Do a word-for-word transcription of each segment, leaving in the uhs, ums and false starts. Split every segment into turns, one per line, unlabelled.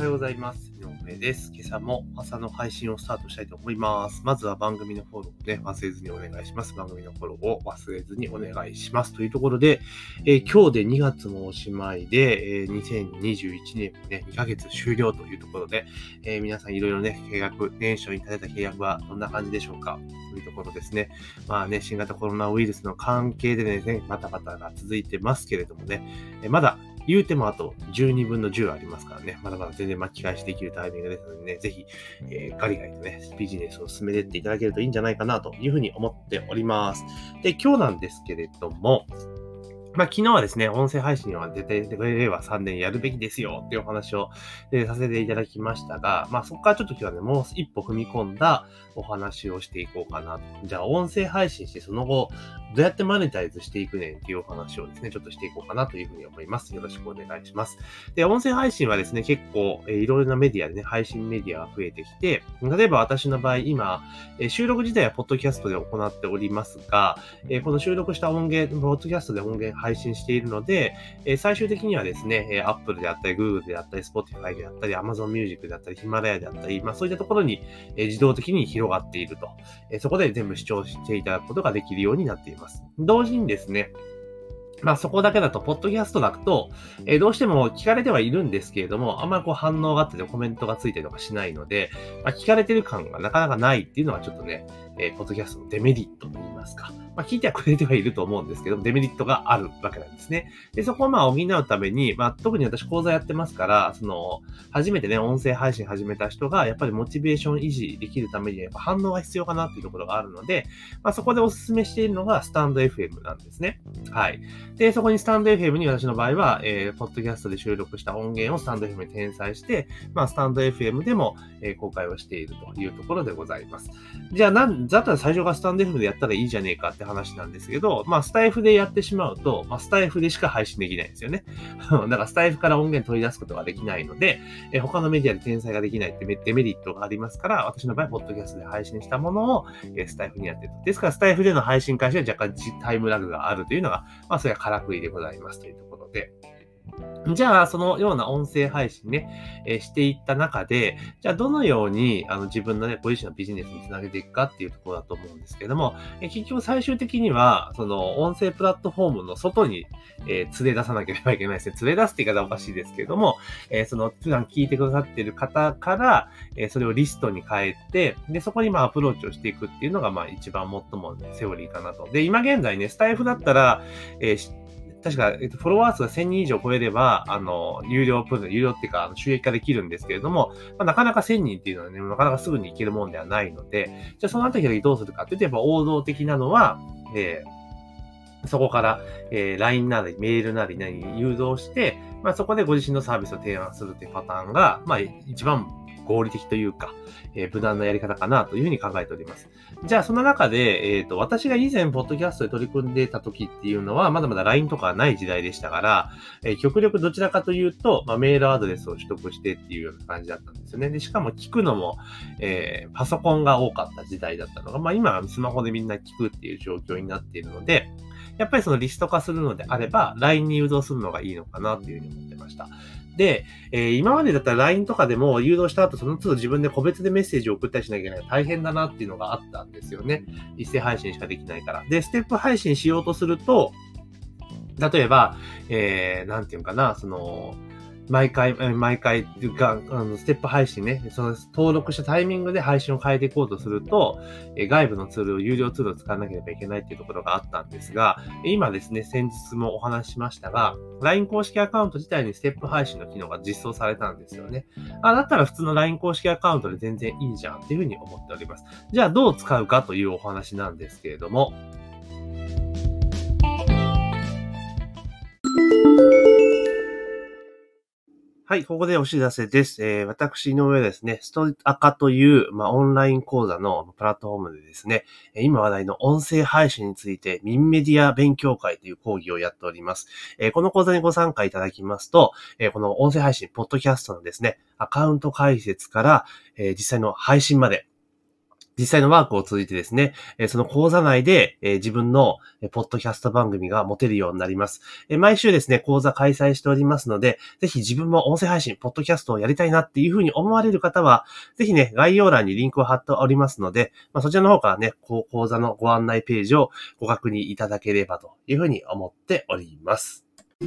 はようございます。井上です。今朝も朝の配信をスタートしたいと思います。まずは番組のフォローをね、忘れずにお願いします。番組のフォローを忘れずにお願いします。というところで、えー今日でにがつもおしまいで、えーにせんにじゅういちねんもね、にかげつ終了というところで、えー皆さんいろいろね、計画、年初に立てた計画はどんな感じでしょうかというところですね。まあね、新型コロナウイルスの関係でね、バタバタが続いてますけれどもね、えーまだ言うてもあとじゅうにぶんのじゅうありますからね、まだまだ全然巻き返しできるタイミングですのでね、ぜひ、えーガリガリとね、ビジネスを進めていっていただけるといいんじゃないかなというふうに思っております。で、今日なんですけれども、まあ、昨日はですね、音声配信は絶対令和さんねんやるべきですよっていうお話を、えーさせていただきましたが、まあ、そこからちょっと今日はね、もう一歩踏み込んだお話をしていこうかなと。じゃあ、音声配信してその後、どうやってマネタイズしていくねんっていうお話をですね、ちょっとしていこうかなというふうに思います。よろしくお願いします。で、音声配信はですね、結構、えーいろいろなメディアでね、配信メディアが増えてきて、例えば私の場合、今、えー収録自体はポッドキャストで行っておりますが、えーこの収録した音源、ポッドキャストで音源配信しているので、えー最終的にはですね、えー Apple であったり、Google であったり、Spotify であったり、Amazon Music であったり、ヒマラヤであったり、まあそういったところに、えー自動的に広がっていると。えーそこで全部視聴していただくことができるようになっています。同時にですね、まあそこだけだと、ポッドキャストだと、えーどうしても聞かれてはいるんですけれども、あんまりこう反応があっててコメントがついたりとかしないので、まあ、聞かれてる感がなかなかないっていうのがちょっとね、えーポッドキャストのデメリットと言いますか。まあ聞いてはくれてはいると思うんですけど、デメリットがあるわけなんですね。で、そこをまあ補うために、まあ特に私講座やってますから、その、初めてね、音声配信始めた人が、やっぱりモチベーション維持できるためには、やっぱ反応が必要かなっていうところがあるので、まあそこでお勧めしているのがスタンド エフエム なんですね。はい。で、そこにスタンド エフエム に私の場合は、えー、ポッドキャストで収録した音源をスタンド エフエム に転載して、まあ、スタンド エフエム でも、えー、公開をしているというところでございます。じゃあ、なん、だったら最初からスタンド エフエム でやったらいいじゃねえかって話なんですけど、まあ、スタイフでやってしまうと、まあ、スタイフでしか配信できないんですよね。だから、スタイフから音源取り出すことができないので、えー、他のメディアで転載ができないってデメリットがありますから、私の場合、ポッドキャストで配信したものを、えー、スタイフにやっている。ですから、スタイフでの配信開始は若干タイムラグがあるというのが、まあ、それはからくりでございますというところで。じゃあ、そのような音声配信ね、えーしていった中で、じゃあ、どのように、あの、自分のね、ご自身のビジネスにつなげていくかっていうところだと思うんですけども、えー結局最終的には、その、音声プラットフォームの外に、えー連れ出さなければいけないですね。連れ出すって言い方はおかしいですけれども、えーその、普段聞いてくださっている方から、えーそれをリストに変えて、で、そこにまあアプローチをしていくっていうのが、まあ一番最もセオリーかなと。で、今現在ね、スタイフだったら、えー確か、えっと、フォロワー数がせんにん以上超えれば、あの、有料プロ、有料っていうか、あの収益化できるんですけれども、まあ、なかなかせんにんっていうのはね、なかなかすぐにいけるもんではないので、じゃあそのあたりどうするかって言えば、王道的なのは、えーそこから、えー ライン なり、メールなり何に誘導して、まあそこでご自身のサービスを提案するっていうパターンが、まあ一番合理的というか、えー無難なやり方かなというふうに考えております。じゃあその中で、えっと、私が以前、ポッドキャストで取り組んでた時っていうのは、まだまだ ライン とかはない時代でしたから、えー極力どちらかというと、まあメールアドレスを取得してっていうような感じだったんですよね。で、しかも聞くのも、えーパソコンが多かった時代だったのが、まあ今はスマホでみんな聞くっていう状況になっているので、やっぱりそのリスト化するのであれば、ライン に誘導するのがいいのかなっていうふうに思ってました。で、えー今までだったら ライン とかでも誘導した後、その都度自分で個別でメッセージを送ったりしなきゃいけない大変だなっていうのがあったんですよね。一斉配信しかできないから。で、ステップ配信しようとすると、例えば、えー、なんていうのかな、その、毎回、えー毎回が、あの、ステップ配信ね、その登録したタイミングで配信を変えていこうとすると、えー外部のツールを、有料ツールを使わなければいけないっていうところがあったんですが、今ですね、先日もお話ししましたが、ライン 公式アカウント自体にステップ配信の機能が実装されたんですよね。あ、だったら普通の ライン 公式アカウントで全然いいじゃんっていうふうに思っております。じゃあどう使うかというお話なんですけれども、はい、ここでお知らせです。えー、私、井上はですね、ストアカという、まあ、オンライン講座のプラットフォームでですね、えー今話題の音声配信について、民メディア勉強会という講義をやっております。えーこの講座にご参加いただきますと、えーこの音声配信、ポッドキャストのですね、アカウント開設から、えー実際の配信まで、実実際のワークを通じてですね、えーその講座内で、えー自分の、えーポッドキャスト番組が持てるようになります。えー毎週ですね、講座開催しておりますので、ぜひ自分も音声配信、ポッドキャストをやりたいなっていうふうに思われる方は、ぜひね、概要欄にリンクを貼っておりますので、まあ、そちらの方からね、こう講座のご案内ページをご確認いただければというふうに思っております。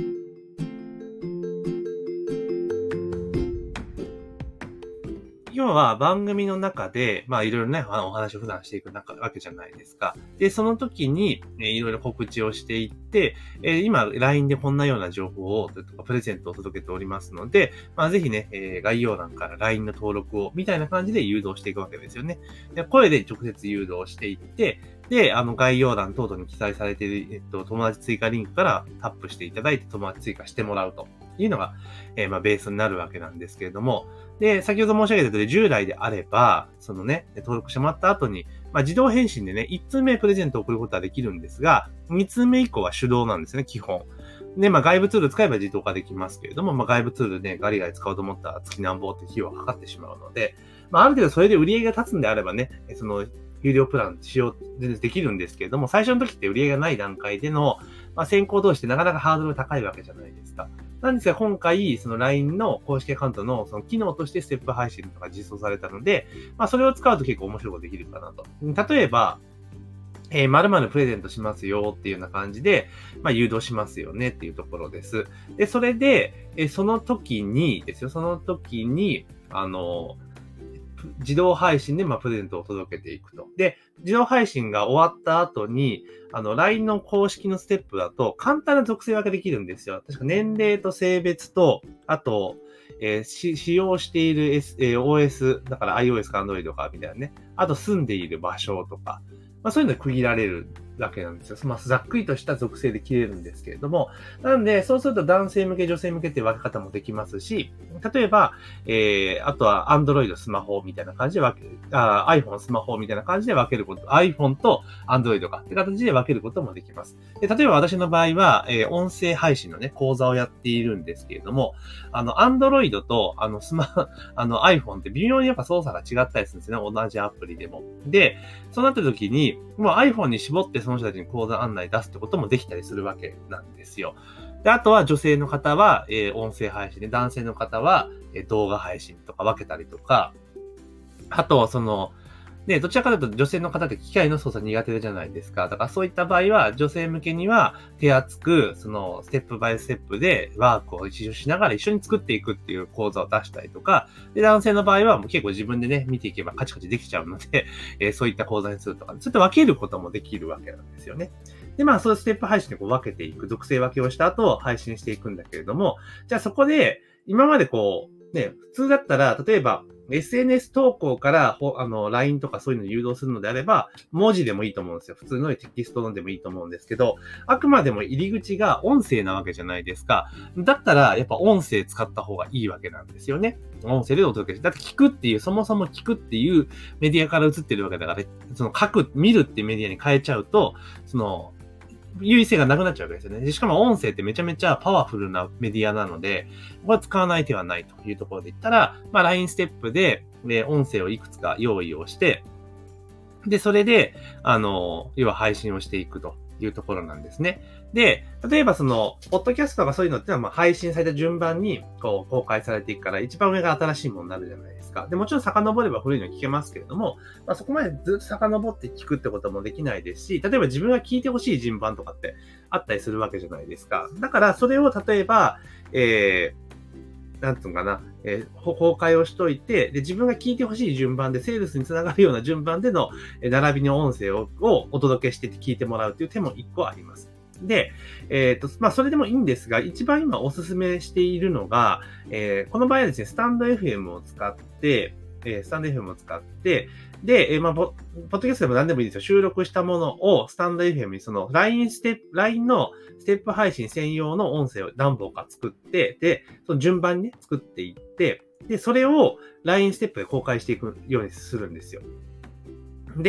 要は番組の中で、まあいろいろね、お話を普段していく中わけじゃないですか。で、その時に、えーいろいろ告知をしていって、えー今、ライン でこんなような情報を、とかプレゼントを届けておりますので、まあぜひね、えー概要欄から ライン の登録を、みたいな感じで誘導していくわけですよね。で、声で直接誘導していって、で、あの概要欄等々に記載されている、えっと、友達追加リンクからタップしていただいて友達追加してもらうというのが、えーまあベースになるわけなんですけれども、で、先ほど申し上げた通り、従来であれば、そのね、登録してもらった後に、まあ、自動返信でね、いち通目プレゼントを送ることはできるんですが、に通目以降は手動なんですね、基本。で、まあ、外部ツール使えば自動化できますけれども、まあ、外部ツールね、ガリガリ使おうと思ったら月何本って費用がかかってしまうので、まあ、ある程度それで売り上げが立つんであればね、その、有料プラン使用全然できるんですけれども、最初の時って売り上げがない段階での、まあ、先行同士ってなかなかハードルが高いわけじゃないですか。なんですが、今回、その ライン の公式アカウントのその機能としてステップ配信とか実装されたので、まあ、それを使うと結構面白いことできるかなと。例えば、えー、〇〇プレゼントしますよっていうような感じで、まあ、誘導しますよねっていうところです。で、それで、えー、その時にですよ、その時に、あの、自動配信で、まあ、プレゼントを届けていくと。で、自動配信が終わった後に、あの、ライン の公式のステップだと、簡単な属性分けできるんですよ。確か年齢と性別と、あと、えーし使用している、S えー オーエス、だから iOS か Android かみたいなね。あと住んでいる場所とか、まあ、そういうので区切られるわけなんですよ。まあ、ざっくりとした属性で切れるんですけれども。なんで、そうすると男性向け、女性向けっていう分け方もできますし、例えば、えー、あとは Android スマホみたいな感じで分ける、あ iPhone スマホみたいな感じで分けること、iPhone と Android かって形で分けることもできます。で、例えば私の場合は、えー、音声配信のね、講座をやっているんですけれども、あの、Android と、あの、スマ、あの iPhone って微妙にやっぱ操作が違ったりするんですね。同じアプリでも。で、そうなった時に、もう iPhone に絞ってその人たちに講座案内出すってこともできたりするわけなんですよ。で、あとは女性の方は、えー、音声配信で、男性の方は、えー、動画配信とか分けたりとか、あと、その、ね、どちらかというと女性の方って機械の操作苦手じゃないですか。だからそういった場合は、女性向けには手厚く、その、ステップバイステップでワークを一緒しながら一緒に作っていくっていう講座を出したりとか、で、男性の場合はもう結構自分でね、見ていけばカチカチできちゃうので、えー、そういった講座にするとか、そうやって分けることもできるわけなんですよね。で、まあ、そういうステップ配信でこう分けていく、属性分けをした後、配信していくんだけれども、じゃあそこで、今までこう、ね、普通だったら、例えば、エスエヌエス 投稿から、あの、ライン とかそういうのを誘導するのであれば、文字でもいいと思うんですよ。普通のテキストのでもいいと思うんですけど、あくまでも入り口が音声なわけじゃないですか。だったら、やっぱ音声使った方がいいわけなんですよね。音声でお届けして。だって聞くっていう、そもそも聞くっていうメディアから移ってるわけだから、その書く、見るっていうメディアに変えちゃうと、その、優位性がなくなっちゃうわけですよね。しかも音声ってめちゃめちゃパワフルなメディアなので、これは使わない手はないというところで言ったら、まあ ライン ステップで、音声をいくつか用意をして、で、それで、あの、要は配信をしていくというところなんですね。で、例えばその、ポッドキャストとかそういうのってのは、まあ配信された順番に、こう、公開されていくから、一番上が新しいものになるじゃないですか。で、もちろん遡れば古いの聞けますけれども、まあそこまでずっと遡って聞くってこともできないですし、例えば自分が聞いてほしい順番とかってあったりするわけじゃないですか。だから、それを例えば、えー、なんつうのかな、えー、公開をしといて、で、自分が聞いてほしい順番で、セールスにつながるような順番での、えー、並びの音声ををお届けして聞いてもらうという手も一個あります。で、えっと、まあ、それでもいいんですが、一番今おすすめしているのが、えー、この場合はですね、スタンド エフエム を使って、えー、スタンド エフエム を使って、で、えー、まあ、ポッドキャストでも何でもいいですよ。収録したものをスタンド エフエム にその ライン ステップ、ライン のステップ配信専用の音声を何本か作って、で、その順番にね、作っていって、で、それを ライン ステップで公開していくようにするんですよ。で、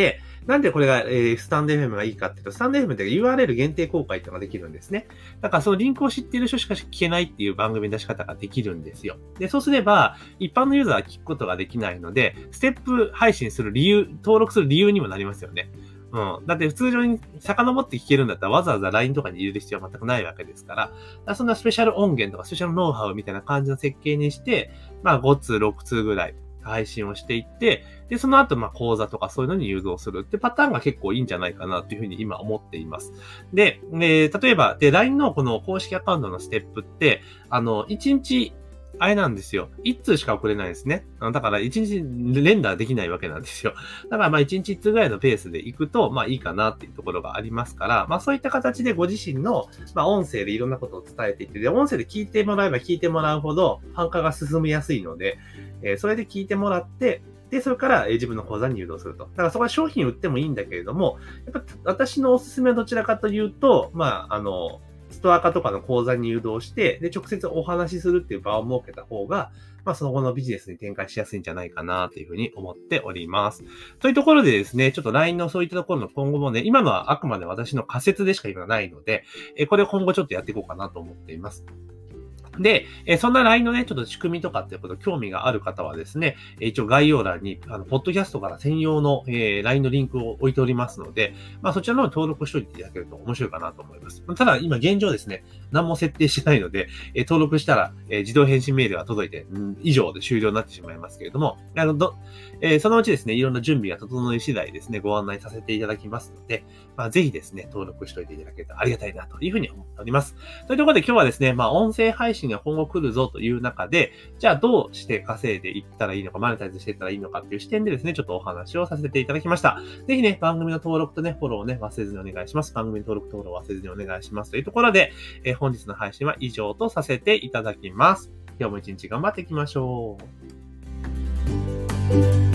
なんでこれが、えー、スタンド エフエム がいいかっていうと、スタンド エフエム って ユーアールエル 限定公開っていうのができるんですね。だからそのリンクを知っている人しか聞けないっていう番組の出し方ができるんですよ。で、そうすれば、一般のユーザーは聞くことができないので、ステップ配信する理由、登録する理由にもなりますよね。うん。だって普通常に遡って聞けるんだったらわざわざ ライン とかに入れる必要は全くないわけですから、だからそんなスペシャル音源とかスペシャルノウハウみたいな感じの設計にして、まあご通、ろく通ぐらい配信をしていって、で、その後まあ講座とかそういうのに誘導するってパターンが結構いいんじゃないかなというふうに今思っています。で、えー、例えば、で、ライン のこの公式アカウントのステップって、あの、いちにち、あれなんですよ。一通しか送れないですね。だから一日連打できないわけなんですよ。だからまあ一日一通ぐらいのペースで行くと、まあいいかなっていうところがありますから、まあそういった形でご自身の、まあ音声でいろんなことを伝えていって、で、音声で聞いてもらえば聞いてもらうほど、繁華が進みやすいので、えー、それで聞いてもらって、で、それから自分の講座に誘導すると。だからそこは商品売ってもいいんだけれども、やっぱ私のおすすめはどちらかというと、まあ、あの、ストア化とかの講座に誘導して、で、直接お話しするっていう場を設けた方が、まあ、その後のビジネスに展開しやすいんじゃないかなというふうに思っております。というところでですね、ちょっと ライン のそういったところの今後もね、今のはあくまで私の仮説でしか今ないので、これを今後ちょっとやっていこうかなと思っています。で、えそんな ライン のね、ちょっと仕組みとかっていうこと興味がある方はですね、一応概要欄に、あの、ポッドキャストから専用の、えー、ライン のリンクを置いておりますので、まあそちらの方に登録しておいていただけると面白いかなと思います。ただ、今現状ですね、何も設定してないので、えー、登録したら、えー、自動返信メールが届いて、うん、以上で終了になってしまいますけれども、あの、ど、えー、そのうちですね、いろんな準備が整い次第ですね、ご案内させていただきますので、まあぜひですね、登録しておいていただけるとありがたいなというふうに思っております。というところで今日はですね、まあ音声配信が今後来るぞという中で、じゃあどうして稼いでいったらいいのか、マネタイズしていったらいいのかっていう視点でですね、ちょっとお話をさせていただきました。ぜひね、番組の登録とね、フォローをね、忘れずにお願いします。番組の登録とフォローを忘れずにお願いします。というところで、えー、本日の配信は以上とさせていただきます。今日も一日頑張っていきましょう。